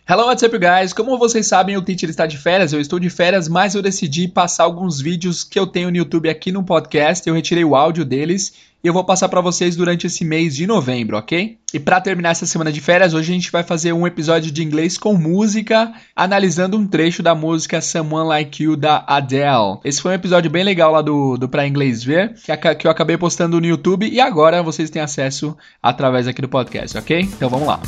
Hello, what's up, guys? Como vocês sabem, o Teacher está de férias, eu estou de férias, mas eu decidi passar alguns vídeos que eu tenho no YouTube aqui no podcast, eu retirei o áudio deles e eu vou passar para vocês durante esse mês de novembro, ok? E para terminar essa semana de férias, hoje a gente vai fazer um episódio de inglês com música, analisando um trecho da música Someone Like You, da Adele. Esse foi um episódio bem legal lá do Pra Inglês Ver, que eu acabei postando no YouTube e agora vocês têm acesso através aqui do podcast, ok? Então vamos lá.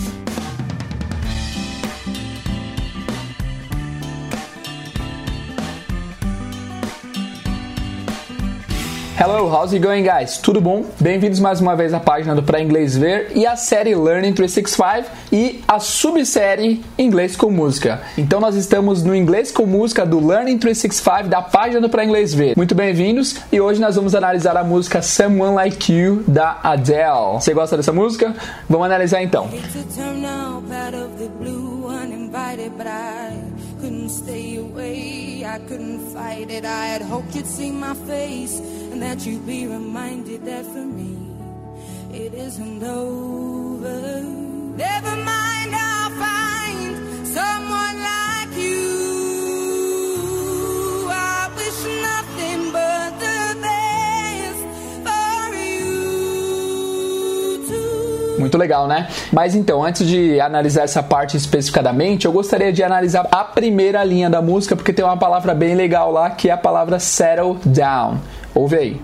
Hello, how's it going, guys? Tudo bom? Bem-vindos mais uma vez à página do Pra Inglês Ver e a série Learning 365 e a subsérie Inglês com Música. Então nós estamos no Inglês com Música do Learning 365 da página do Pra Inglês Ver. Muito bem-vindos e hoje nós vamos analisar a música Someone Like You da Adele. Você gosta dessa música? Vamos analisar então. Couldn't stay away, I couldn't fight it. I had hoped you'd see my face and that you'd be reminded that for me it isn't over. Never mind, I'll find someone like you. I wish nothing but the best for you too. Muito legal, né? Mas então, antes de analisar essa parte especificadamente, eu gostaria de analisar a primeira linha da música, porque tem uma palavra bem legal lá, que é a palavra settle down. Ouve aí.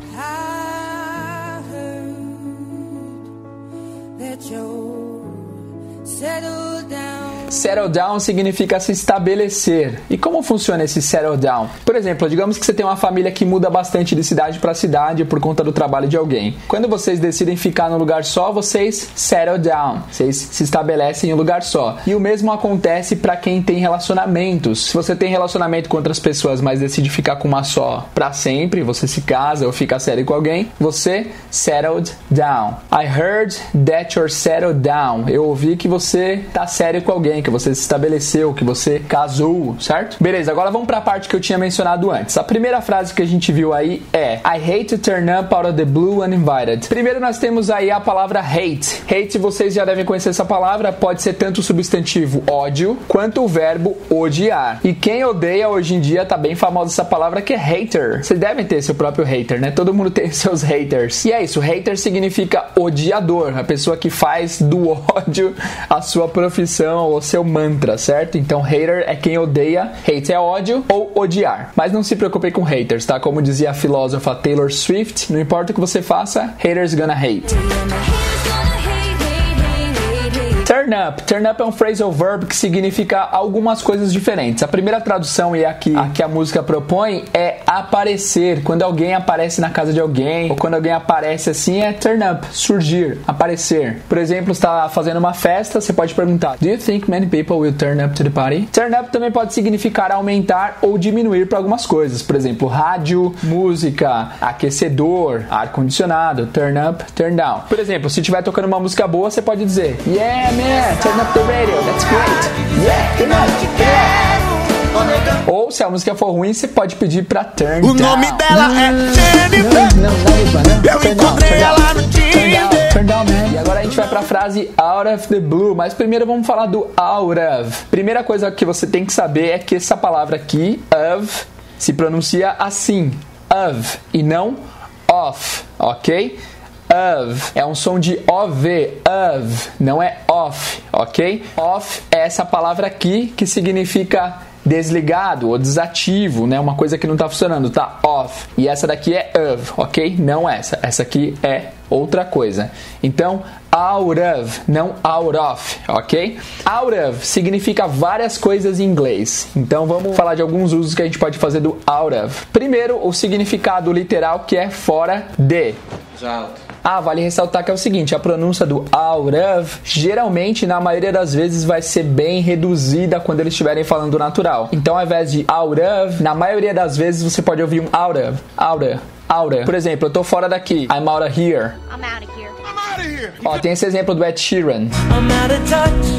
Settle down significa se estabelecer. E como funciona esse settle down? Por exemplo, digamos que você tem uma família que muda bastante de cidade para cidade por conta do trabalho de alguém. Quando vocês decidem ficar num lugar só, vocês settle down. Vocês se estabelecem em um lugar só. E o mesmo acontece para quem tem relacionamentos. Se você tem relacionamento com outras pessoas, mas decide ficar com uma só para sempre, você se casa ou fica sério com alguém, você settled down. I heard that you're settled down. Eu ouvi que você tá sério com alguém, que você se estabeleceu, que você casou, certo? Beleza, agora vamos para a parte que eu tinha mencionado antes. A primeira frase que a gente viu aí é I hate to turn up out of the blue uninvited. Primeiro nós temos aí a palavra hate. Hate, vocês já devem conhecer essa palavra, pode ser tanto o substantivo ódio, quanto o verbo odiar. E quem odeia hoje em dia tá bem famosa essa palavra que é hater. Vocês devem ter seu próprio hater, né? Todo mundo tem seus haters. E é isso, hater significa odiador, a pessoa que faz do ódio a sua profissão ou seu mantra, certo? Então, hater é quem odeia, hate é ódio ou odiar. Mas não se preocupe com haters, tá? Como dizia a filósofa Taylor Swift, não importa o que você faça, haters gonna hate. Turn up. Turn up é um phrasal verb que significa algumas coisas diferentes. A primeira tradução, e a que a música propõe, é aparecer. Quando alguém aparece na casa de alguém, ou quando alguém aparece assim, é turn up, surgir, aparecer. Por exemplo, está fazendo uma festa, você pode perguntar, do you think many people will turn up to the party? Turn up também pode significar aumentar ou diminuir para algumas coisas. Por exemplo, rádio, música, aquecedor, ar-condicionado, turn up, turn down. Por exemplo, se estiver tocando uma música boa, você pode dizer, yeah, man, turn up the radio, that's great. Yeah, turn up, yeah. Ou se a música for ruim, você pode pedir pra turn down. O nome dela é Jennifer. Eu encontrei ela no Tinder. Turn down, man. E agora a gente vai pra frase out of the blue. Mas primeiro vamos falar do out of. Primeira coisa que você tem que saber é que essa palavra aqui, of, se pronuncia assim, of, e não off, ok? Of. É um som de OV, of, não é off, ok? Off é essa palavra aqui que significa desligado ou desativo, né? Uma coisa que não está funcionando, tá off. E essa daqui é of, ok? Não essa. Essa aqui é outra coisa. Então, out of, não out of, ok? Out of significa várias coisas em inglês. Então, vamos falar de alguns usos que a gente pode fazer do out of. Primeiro, o significado literal, que é fora de. Exato. Vale ressaltar que é o seguinte, a pronúncia do out of, geralmente, na maioria das vezes, vai ser bem reduzida quando eles estiverem falando natural. Então, ao invés de out of, na maioria das vezes, você pode ouvir um out of, out of, out of. Por exemplo, eu tô fora daqui, I'm out of here. I'm out of here. Ó, tem esse exemplo do Ed Sheeran. I'm out of touch.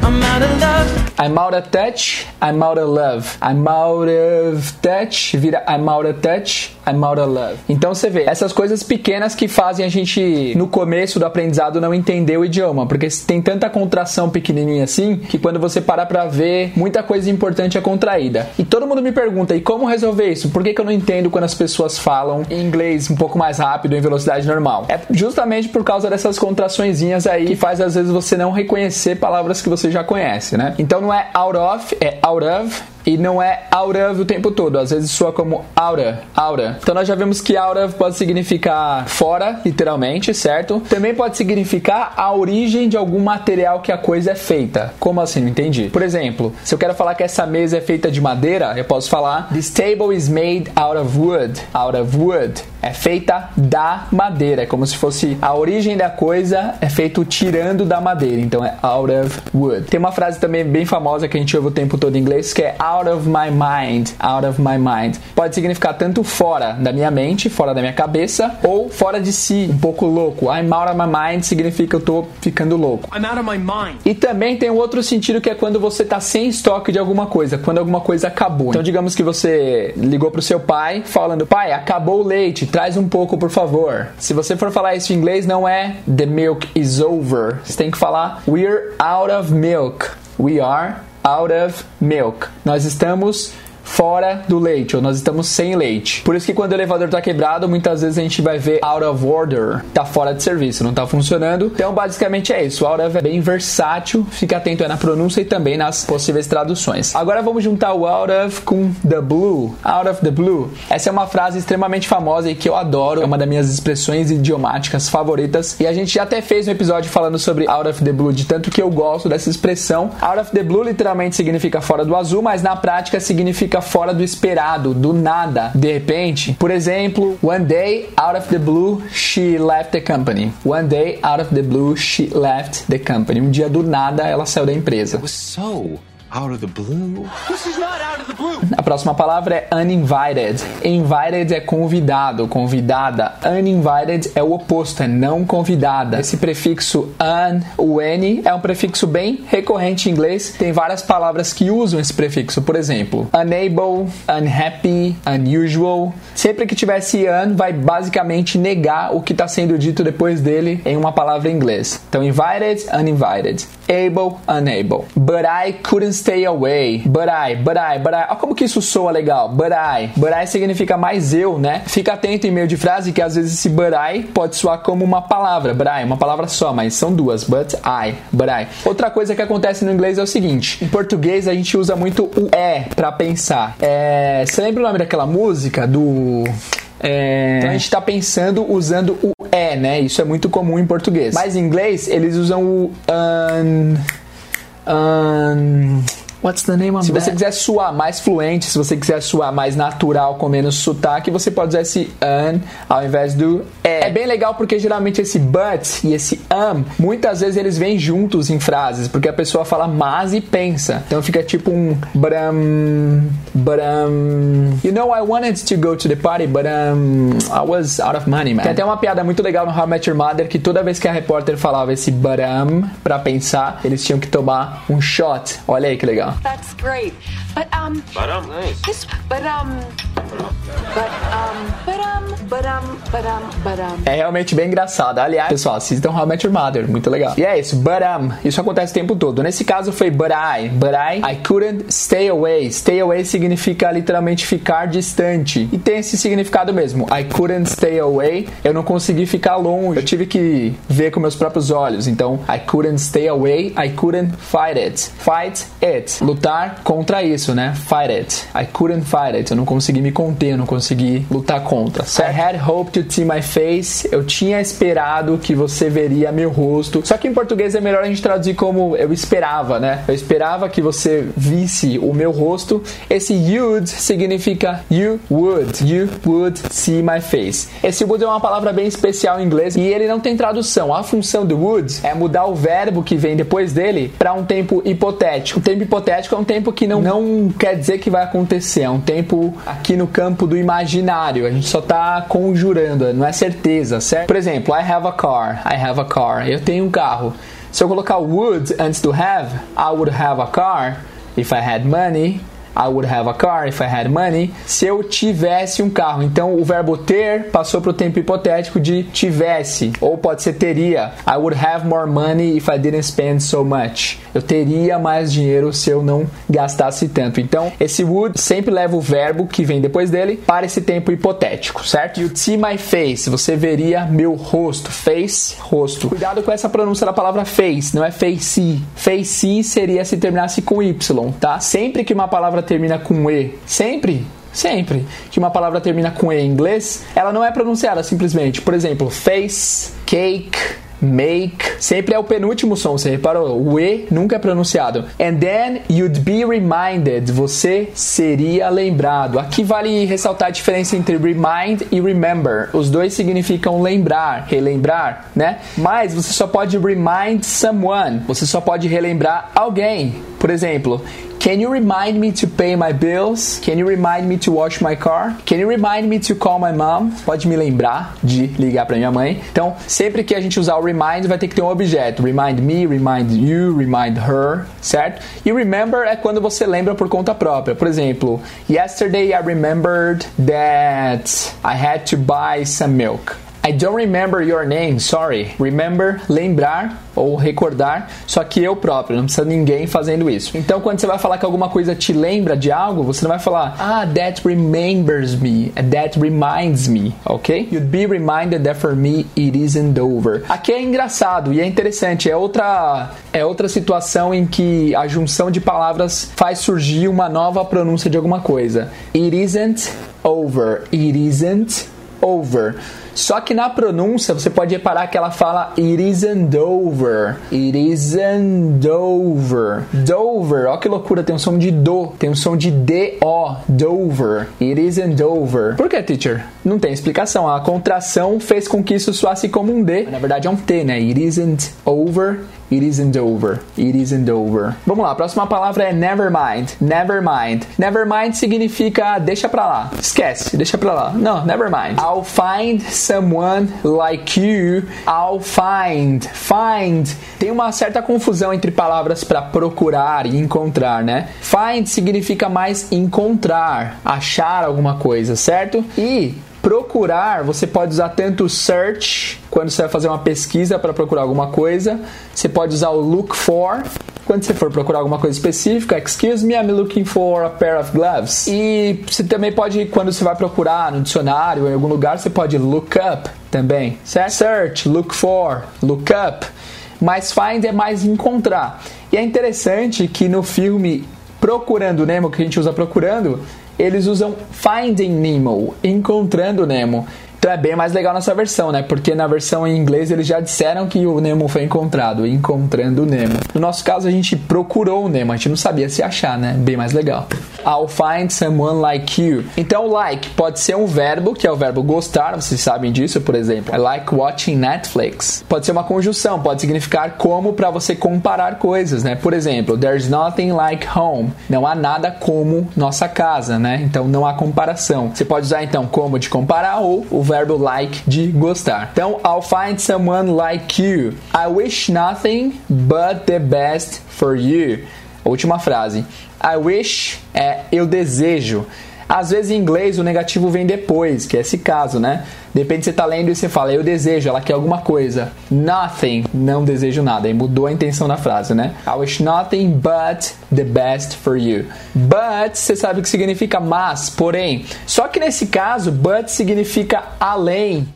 I'm out of love. I'm out of touch, I'm out of love. I'm out of touch, vira I'm out of touch, I'm out of love. Então você vê, essas coisas pequenas que fazem a gente, no começo do aprendizado, não entender o idioma, porque tem tanta contração pequenininha assim, que quando você parar pra ver, muita coisa importante é contraída. E todo mundo me pergunta, e como resolver isso? Por que eu não entendo quando as pessoas falam em inglês um pouco mais rápido, em velocidade normal? É justamente por causa dessas contraçõezinhas aí, que faz às vezes você não reconhecer palavras que você já conhece, né? Então não é out of, é out of. E não é out of o tempo todo. Às vezes soa como outa. Então nós já vimos que out of pode significar fora, literalmente, certo? Também pode significar a origem de algum material que a coisa é feita. Como assim? Não entendi. Por exemplo, se eu quero falar que essa mesa é feita de madeira, eu posso falar This table is made out of wood. Out of wood. É feita da madeira. É como se fosse a origem da coisa é feito tirando da madeira. Então é out of wood. Tem uma frase também bem famosa que a gente ouve o tempo todo em inglês que é out of my mind. Out of my mind. Pode significar tanto fora da minha mente, fora da minha cabeça, ou fora de si, um pouco louco. I'm out of my mind significa eu tô ficando louco. I'm out of my mind. E também tem um outro sentido que é quando você tá sem estoque de alguma coisa, quando alguma coisa acabou. Então digamos que você ligou pro seu pai falando, pai, acabou o leite, traz um pouco por favor. Se você for falar isso em inglês não é the milk is over. Você tem que falar we're out of milk. We are out of milk. Nós estamos fora do leite, ou nós estamos sem leite. Por isso que quando o elevador está quebrado, muitas vezes a gente vai ver out of order, tá fora de serviço, não tá funcionando. Então basicamente é isso, out of é bem versátil, fica atento aí na pronúncia e também nas possíveis traduções. Agora vamos juntar o out of com the blue, out of the blue. Essa é uma frase extremamente famosa e que eu adoro, é uma das minhas expressões idiomáticas favoritas e a gente já até fez um episódio falando sobre out of the blue, de tanto que eu gosto dessa expressão. Out of the blue literalmente significa fora do azul, mas na prática significa fora do esperado, do nada, de repente. Por exemplo, one day, out of the blue, she left the company. One day, out of the blue, she left the company. Um dia do nada, ela saiu da empresa. It was so out of the blue. This is not out of the blue. A próxima palavra é uninvited. Invited é convidado, convidada. Uninvited é o oposto, é não convidada. Esse prefixo un, o N, é um prefixo bem recorrente em inglês. Tem várias palavras que usam esse prefixo. Por exemplo, unable, unhappy, unusual. Sempre que tiver esse un, vai basicamente negar o que está sendo dito depois dele em uma palavra em inglês. Então, invited, uninvited. Able, unable. But I couldn't stay away. But I. Olha como que isso soa legal. But I significa mais eu, né? Fica atento em meio de frase que às vezes esse but I pode soar como uma palavra. But I, uma palavra só, mas são duas. But I. Outra coisa que acontece no inglês é o seguinte. Em português a gente usa muito o pra pensar. Você lembra o nome daquela música do... Então a gente está pensando usando o né? Isso é muito comum em português. Mas em inglês eles usam o what's the name of that? Se você quiser soar mais fluente, se você quiser soar mais natural, com menos sotaque, você pode usar esse ao invés do É bem legal porque geralmente esse but e esse muitas vezes eles vêm juntos em frases, porque a pessoa fala mas e pensa. Então fica tipo um but you know, I wanted to go to the party, but I was out of money, man. Tem até uma piada muito legal no How I Met Your Mother que toda vez que a repórter falava esse but pra pensar, eles tinham que tomar um shot. Olha aí que legal. That's great. But Nice. this, É realmente bem engraçado. Aliás, pessoal, assistam How I Met Your Mother, muito legal. E é isso, isso acontece o tempo todo. Nesse caso foi but I couldn't stay away. Stay away significa literalmente ficar distante. E tem esse significado mesmo. I couldn't stay away. Eu não consegui ficar longe. Eu tive que ver com meus próprios olhos. Então, I couldn't stay away. I couldn't fight it. Fight it. Lutar contra isso, né? Fight it. I couldn't fight it. Eu não consegui me conter, eu não consegui lutar contra. I had hoped to see my face. Eu tinha esperado que você veria meu rosto. Só que em português é melhor a gente traduzir como eu esperava, né? Eu esperava que você visse o meu rosto. Esse you'd significa you would see my face. Esse would é uma palavra bem especial em inglês e ele não tem tradução. A função do would é mudar o verbo que vem depois dele para um tempo hipotético. O tempo hipotético é um tempo que não quer dizer que vai acontecer. É um tempo aqui no campo do imaginário. A gente só tá conjurando, não é certeza, certo? Por exemplo, I have a car. Eu tenho um carro. Se eu colocar would antes do have, I would have a car if I had money. I would have a car if I had money. Se eu tivesse um carro. Então, o verbo ter passou para o tempo hipotético de tivesse. Ou pode ser teria. I would have more money if I didn't spend so much. Eu teria mais dinheiro se eu não gastasse tanto. Então, esse would sempre leva o verbo que vem depois dele para esse tempo hipotético, certo? You'd see my face. Você veria meu rosto. Face, rosto. Cuidado com essa pronúncia da palavra face. Não é face. Face seria se terminasse com Y, tá? Sempre que uma palavra termina com E, sempre que uma palavra termina com E em inglês, ela não é pronunciada simplesmente. Por exemplo, face, cake, make, sempre é o penúltimo som, você reparou? O E nunca é pronunciado. And then you'd be reminded, você seria lembrado. Aqui vale ressaltar a diferença entre remind e remember. Os dois significam lembrar, relembrar, né? Mas você só pode remind someone, você só pode relembrar alguém. Por exemplo, can you remind me to pay my bills? Can you remind me to wash my car? Can you remind me to call my mom? Pode me lembrar de ligar para minha mãe. Então, sempre que a gente usar o remind, vai ter que ter um objeto. Remind me, remind you, remind her, certo? E remember é quando você lembra por conta própria. Por exemplo, yesterday I remembered that I had to buy some milk. I don't remember your name, sorry. Remember, lembrar ou recordar, só que eu próprio, não precisa ninguém fazendo isso. Então, quando você vai falar que alguma coisa te lembra de algo, você não vai falar, that remembers me, that reminds me, ok? You'd be reminded that for me it isn't over. Aqui é engraçado e é interessante, é outra situação em que a junção de palavras faz surgir uma nova pronúncia de alguma coisa. It isn't over, it isn't over. Só que na pronúncia você pode reparar que ela fala it isn't over. It isn't over. Dover, ó que loucura, tem um som de do, tem um som de D-O, Dover. It isn't over. Por que, teacher? Não tem explicação. A contração fez com que isso soasse como um D. Na verdade é um T, né? It isn't over. It isn't over. It isn't over. Vamos lá, a próxima palavra é never mind. Never mind. Never mind significa deixa pra lá. Esquece, deixa pra lá. Não, never mind. I'll find someone like you. I'll find. Find. Tem uma certa confusão entre palavras para procurar e encontrar, né? Find significa mais encontrar, achar alguma coisa, certo? E procurar, você pode usar tanto search, quando você vai fazer uma pesquisa para procurar alguma coisa. Você pode usar o look for, quando você for procurar alguma coisa específica. Excuse me, I'm looking for a pair of gloves. E você também pode, quando você vai procurar no dicionário ou em algum lugar, você pode look up também, certo? Search, look for, look up. Mas find é mais encontrar. E é interessante que no filme Procurando Nemo, que a gente usa procurando, eles usam Finding Nemo, encontrando Nemo. Então é bem mais legal nessa versão, né? Porque na versão em inglês eles já disseram que o Nemo foi encontrado, encontrando o Nemo. No nosso caso a gente procurou o Nemo, a gente não sabia se achar, né? Bem mais legal. I'll find someone like you. Então like pode ser um verbo, que é o verbo gostar, vocês sabem disso, por exemplo. I like watching Netflix. Pode ser uma conjunção, pode significar como para você comparar coisas, né? Por exemplo, there's nothing like home. Não há nada como nossa casa, né? Então não há comparação. Você pode usar então como de comparar ou o verbo like de gostar. Então, I'll find someone like you. I wish nothing but the best for you. Última frase. I wish é eu desejo. Às vezes em inglês o negativo vem depois, que é esse caso, né? De repente você tá lendo e você fala, eu desejo, ela quer alguma coisa. Nothing, não desejo nada. Aí mudou a intenção da frase, né? I wish nothing but the best for you. But, você sabe o que significa mas, porém. Só que nesse caso, but significa além.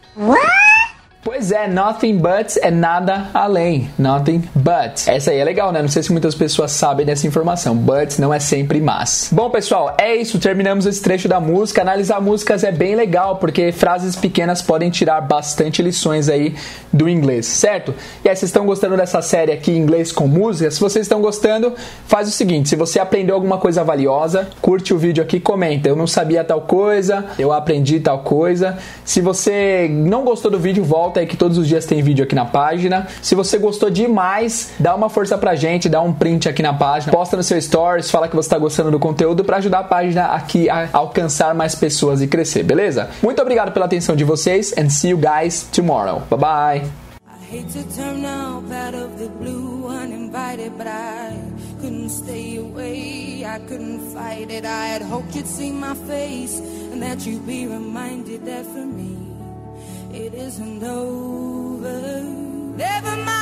Pois é, nothing but é nada além. Nothing but. Essa aí é legal, né? Não sei se muitas pessoas sabem dessa informação. But não é sempre mas. Bom, pessoal, é isso. Terminamos esse trecho da música. Analisar músicas é bem legal, porque frases pequenas podem tirar bastante lições aí do inglês, certo? E aí, vocês estão gostando dessa série aqui, Inglês com Música? Se vocês estão gostando, faz o seguinte. Se você aprendeu alguma coisa valiosa, curte o vídeo aqui e comenta. Eu não sabia tal coisa, eu aprendi tal coisa. Se você não gostou do vídeo, volta aí que todos os dias tem vídeo aqui na página. Se você gostou demais, dá uma força pra gente, dá um print aqui na página, posta no seu stories, fala que você tá gostando do conteúdo pra ajudar a página aqui a alcançar mais pessoas e crescer, beleza? Muito obrigado pela atenção de vocês and see you guys tomorrow. Bye bye! hate to turn up out of the blue uninvited, but I couldn't stay away, I couldn't fight it. I had hoped you'd see my face and that you'd be reminded that for me it isn't over. Never mind.